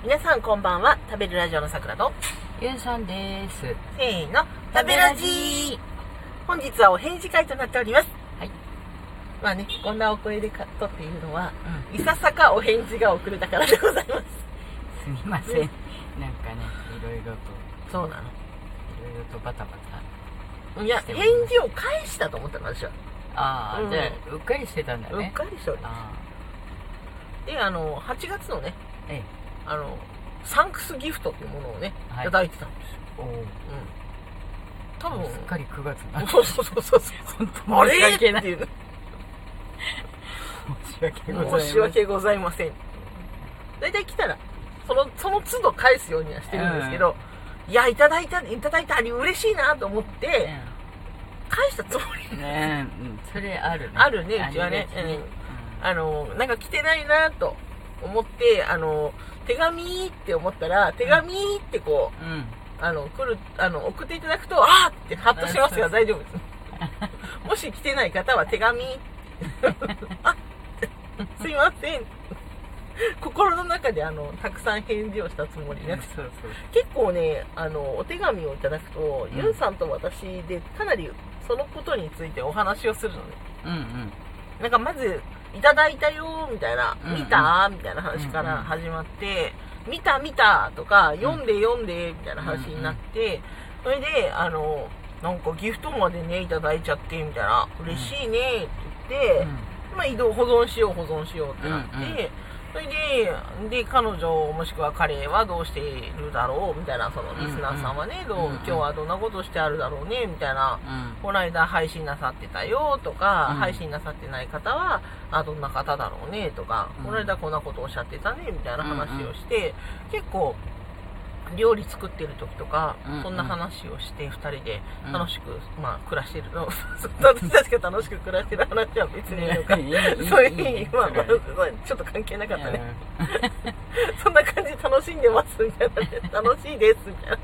皆さんこんばんは。食べるラジオのさくらとゆうさんです。 せーの、食べラジー。本日はお返事会となっております。 はい。 まあね、こんなお声で撮っているのは、いささかお返事が遅れたからでございます。 すみません。なんかね、いろいろと。 そうなの。 いろいろとバタバタ。 いや、返事を返したと思ったの、私は。 ああ、じゃあ、うっかりしてたんだね。 うっかりしております。で、8月のね、サンクスギフトっていうものをね、いただいてたんですよ。多分すっかり9月な。 そう。 本当申し訳ない。 っていう申し訳ございません。 申し訳ございません。だいたい来たら、その都度返すようにはしてるんですけど、いや、いただいたり嬉しいなと思って、返したつもりね。それあるね。 あるね、うちはね。なんか来てないなと思って、手紙って思ったら、手紙ってこう、送っていただくと、あーってハッとしますが大丈夫です。もし来てない方は手紙、あ、すいません。心の中でたくさん返事をしたつもりね。 そう。 結構ね、お手紙をいただくと、ゆうさんと私でかなりそのことについてお話をするのね。なんかまず、いただいたよみたいな、見たみたいな話から始まって、見たとか、読んでみたいな話になって、それで、なんかギフトまでね、いただいちゃって、みたいな、嬉しいねって言って、まあ保存しようってなって、それで、彼女もしくは彼はどうしているだろうみたいな、そのリスナーさんはね、今日はどんなことしてあるだろうねみたいな、この間配信なさってたよとか、配信なさってない方は、どんな方だろうねとか、この間こんなことおっしゃってたねみたいな話をして、結構、料理作ってる時とか、そんな話をして2人で楽しく、暮らしてるの。私たちが楽しく暮らしてる話は別にいいのか。そういう意味、ちょっと関係なかったね。そんな感じで楽しんでますみたいなね。楽しいですみたいな。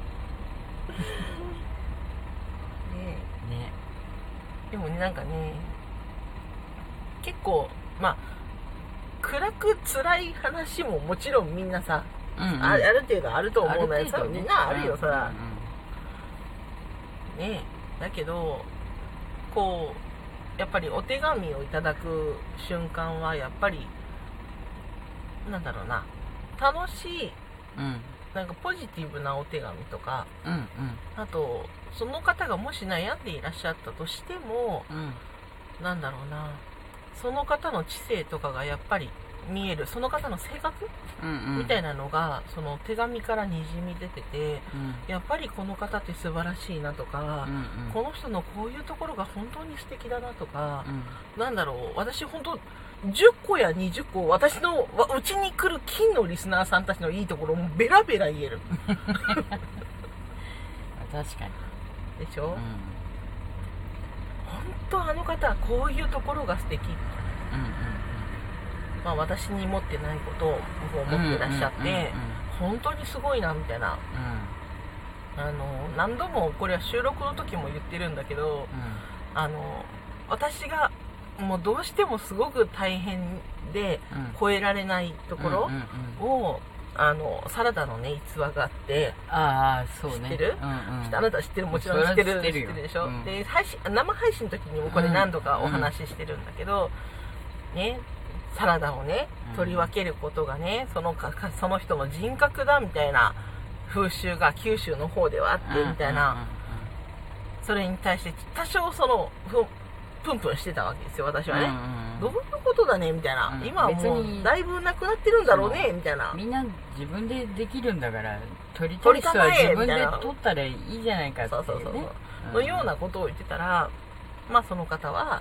でもね、なんかね、結構、暗く辛い話ももちろんみんなさ、ある程度あると思うのよ。さ、みんなあるよ、さ。ねえ。だけど、こう、やっぱりお手紙をいただく瞬間は、やっぱり、なんだろうな、楽しい、なんかポジティブなお手紙とか、あと、その方がもし悩んでいらっしゃったとしても、なんだろうな、その方の知性とかがやっぱり見える、その方の性格、みたいなのがその手紙からにじみ出てて、やっぱりこの方って素晴らしいなとか、この人のこういうところが本当に素敵だなとか、なんだろう、私本当10個や20個私のうちに来る金のリスナーさんたちのいいところもベラベラ言える。 確かにでしょ、本当あの方はこういうところが素敵、私に持ってないことを持ってらっしゃって、本当にすごいなみたいな、何度もこれは収録の時も言ってるんだけど、私がもうどうしてもすごく大変で超えられないところを、サラダのね逸話があって、 そうね、 知ってる？あなた知ってる？もちろん知ってるでしょ。で生配信の時にもこれ何度かお話ししてるんだけど、ね、サラダをね取り分けることがね、その人の人格だみたいな風習が九州の方ではあってみたいな、それに対して多少プンプンしてたわけですよ、私はね。どういうことだねみたいな、今はもうだいぶなくなってるんだろうねみたいな。 みんな自分でできるんだから、取りたい人は自分で取ったらいいじゃないかっていうね、 のようなことを言ってたら、その方は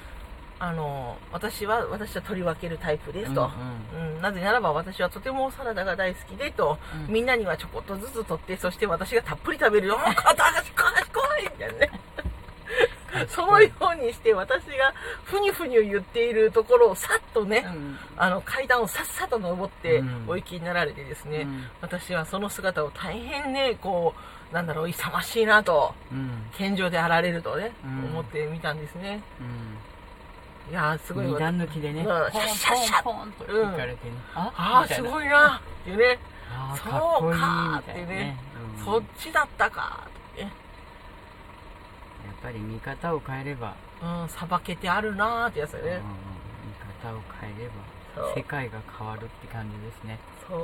私は取り分けるタイプですと、なぜならば私はとてもサラダが大好きでと、みんなにはちょこっとずつ取って、そして私がたっぷり食べるよ、賢いみたいなね。そのようにして私がふにゅふにゅ言っているところをさっとね、階段をさっさと登ってお行きになられてですね、私はその姿を大変ね、勇ましいなと、健常であられるとね、思ってみたんですね。 いやーすごい二段抜きでね、 うん、 ポンシャッシャッシャッポンポンと行かれてね、 あーすごいなっていうね、 かっこいいみたいなね、 ね、 そっちだったかってね、 やっぱり見方を変えれば、 さばけてあるなーってやつだよね、 見方を変えれば世界が変わるって感じですね。 そう、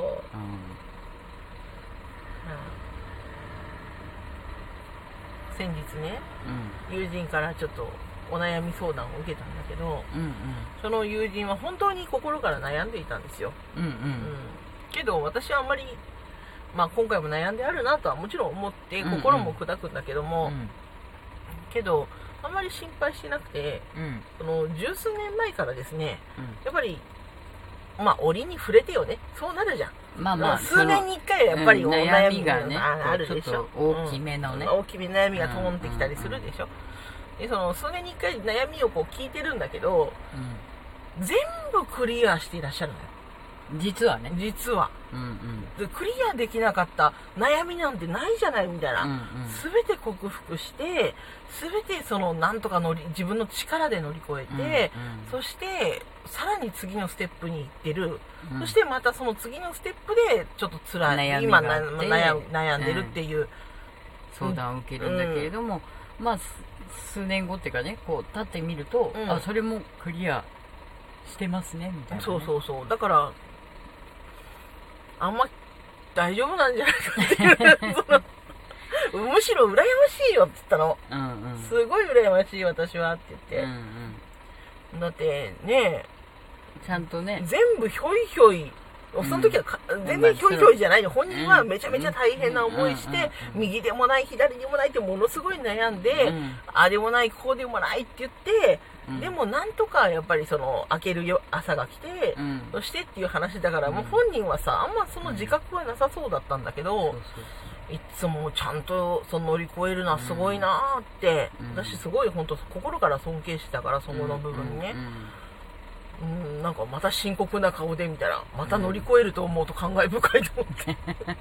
先日ね、友人からちょっとお悩み相談を受けたんだけど、その友人は本当に心から悩んでいたんですよ、けど私はあんまり、今回も悩んであるなとはもちろん思って心も砕くんだけども、けどあんまり心配しなくて、その十数年前からですね、やっぱり折に触れてよね、そうなるじゃん。数年に1回はやっぱりお悩みが、ね、あるでしょ。 大きめのね、 大きめ悩みが飛んできたりするでしょ。でその数年に1回悩みをこう聞いてるんだけど、全部クリアしていらっしゃるのよ。 実はね。 実は。でクリアできなかった悩みなんてないじゃないみたいな。すべて克服して、すべてそのなんとか自分の力で乗り越えて、そしてさらに次のステップに行ってる。そしてまたその次のステップでちょっと辛い、今悩んでるっていう、 相談を受けるんだけれども、数年後っていうかね、こう経ってみると、それもクリアしてますねみたいな、ね。 そう。だから、あんま大丈夫なんじゃないかっていうむしろ羨ましいよって言ったの、すごい羨ましい私はって言って、だってね、 ちゃんとね、 全部ひょいひょい、その時は全然ひょいひょいじゃないの、本人はめちゃめちゃ大変な思いして、右でもない左でもないってものすごい悩んで、ああでもないこうでもないって言って、でもなんとかやっぱりその明ける朝が来て、そしてっていう話だから、もう本人はさあんまその自覚はなさそうだったんだけど、いつもちゃんとその乗り越えるのはすごいなーって、私すごい本当心から尊敬してたから、そこの部分にね、なんかまた深刻な顔でみたいな、また乗り越えると思うと感慨深いと思って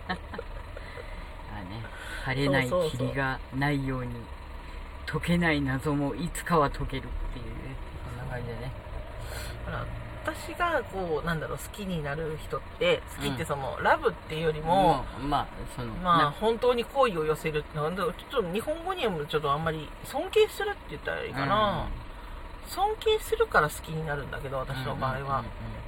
晴れない霧がないように、解けない謎もいつかは解けるっていうね、そんな感じでね。 だから私がこう好きになる人って、好きってその、ラブっていうよりも、本当に好意を寄せる、ちょっと日本語にはちょっとあんまり尊敬するって言ったらいいかな、尊敬するから好きになるんだけど、私の場合は、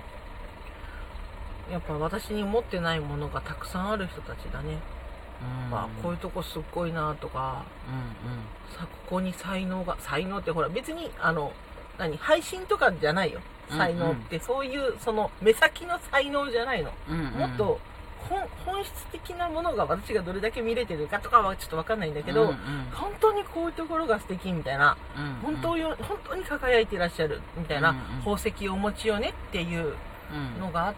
やっぱ私に持ってないものがたくさんある人たちだね。こういうとこすっごいなとか、ここに才能ってほら別に配信とかじゃないよ、才能って、そういうその目先の才能じゃないの、もっと本質的なものが私がどれだけ見れてるかとかはちょっと分かんないんだけど、本当にこういうところが素敵みたいな、本当に輝いていらっしゃるみたいな宝石をお持ちよねっていうのがあって、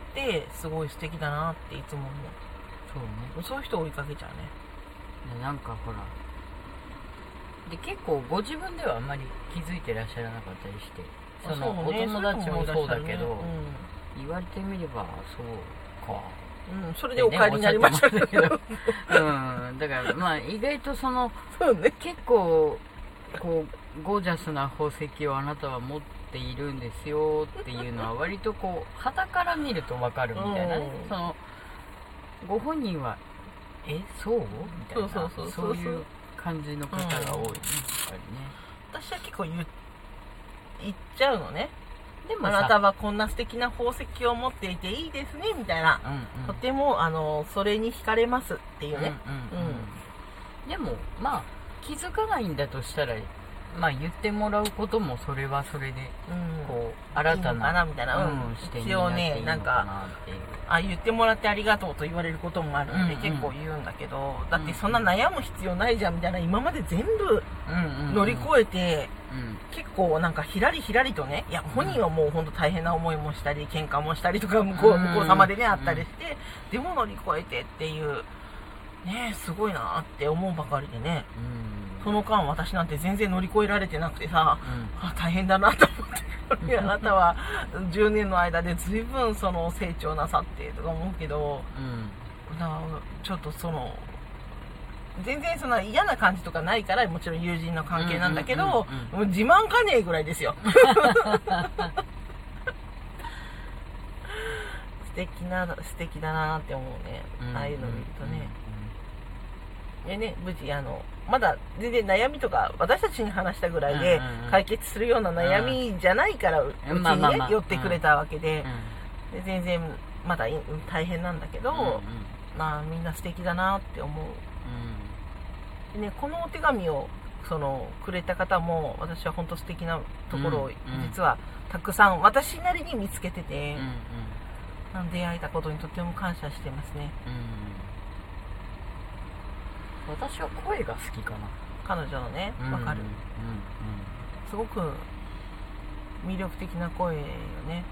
すごい素敵だなっていつも思う。そういう人を追いかけちゃうね。 なんかほらで、結構ご自分ではあんまり気づいてらっしゃらなかったりして、そのお友達もそうだけど、言われてみればそうか、 それでお帰りになりましたけど、だから意外とその結構こうゴージャスな宝石をあなたは持っているんですよっていうのは割とこう肌から見ると分かるみたいなね、そのご本人はそうみたいな、そういう感じの方が多いね、やっぱりね。 私は結構言っちゃうのね。でもあなたはこんな素敵な宝石を持っていていいですねみたいな、とてもそれに惹かれますっていうね。 でも気づかないんだとしたら、言ってもらうこともそれはそれで、こう新たなみたいな、 視点になっていいのかなっていう。 言ってもらってありがとうと言われることもあるんで、結構言うんだけど、だってそんな悩む必要ないじゃんみたいな、今まで全部乗り越えて、結構なんかひらりとね、いや本人はもう本当大変な思いもしたり喧嘩もしたりとか、向こう様でねあったりして、でも乗り越えてっていうね、すごいなって思うばかりでね。その間私なんて全然乗り越えられてなくてさ、大変だなと思ってあなたは10年の間で随分その成長なさってとか思うけど、ちょっとその全然そんな嫌な感じとかないから、もちろん友人の関係なんだけど、もう自慢かねえぐらいですよ。素敵だなって思うね、ああいうの見るとね。でね、無事まだ全然悩みとか私たちに話したぐらいで解決するような悩みじゃないからうちにね寄ってくれたわけで、全然まだ大変なんだけど、まあみんな素敵だなって思う。でね、このお手紙をくれた方も私は本当素敵なところを実はたくさん私なりに見つけてて、出会えたことにとても感謝してますね。 私は声が好きかな、 彼女のね。わかる、すごく魅力的な声よね。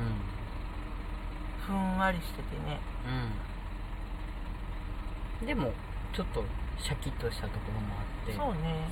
ふんわりしててね、 でもちょっとシャキッとしたところもあって、 そうね、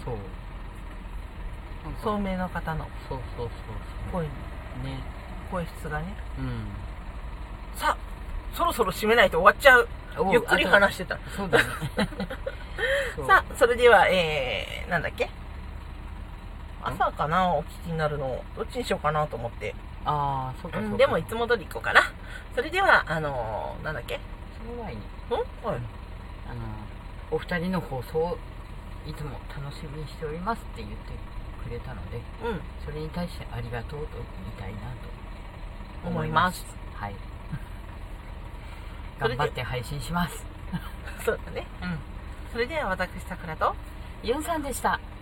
そう聡明の方の声ね、声質がね。さあそろそろ締めないと終わっちゃう。ゆっくり話してた。 そうだね。 さあそれではなんだっけ、朝かな、お聞きになるのどっちにしようかなと思って。 そうか。 でもいつも通り行こうかな。それではなんだっけ、 その前にはい、 お二人の放送をいつも楽しみにしておりますって言ってくれたので、それに対してありがとうと言いたいなと思います。はい。頑張って配信します。 そうだね。それでは私さくらとユンさんでした。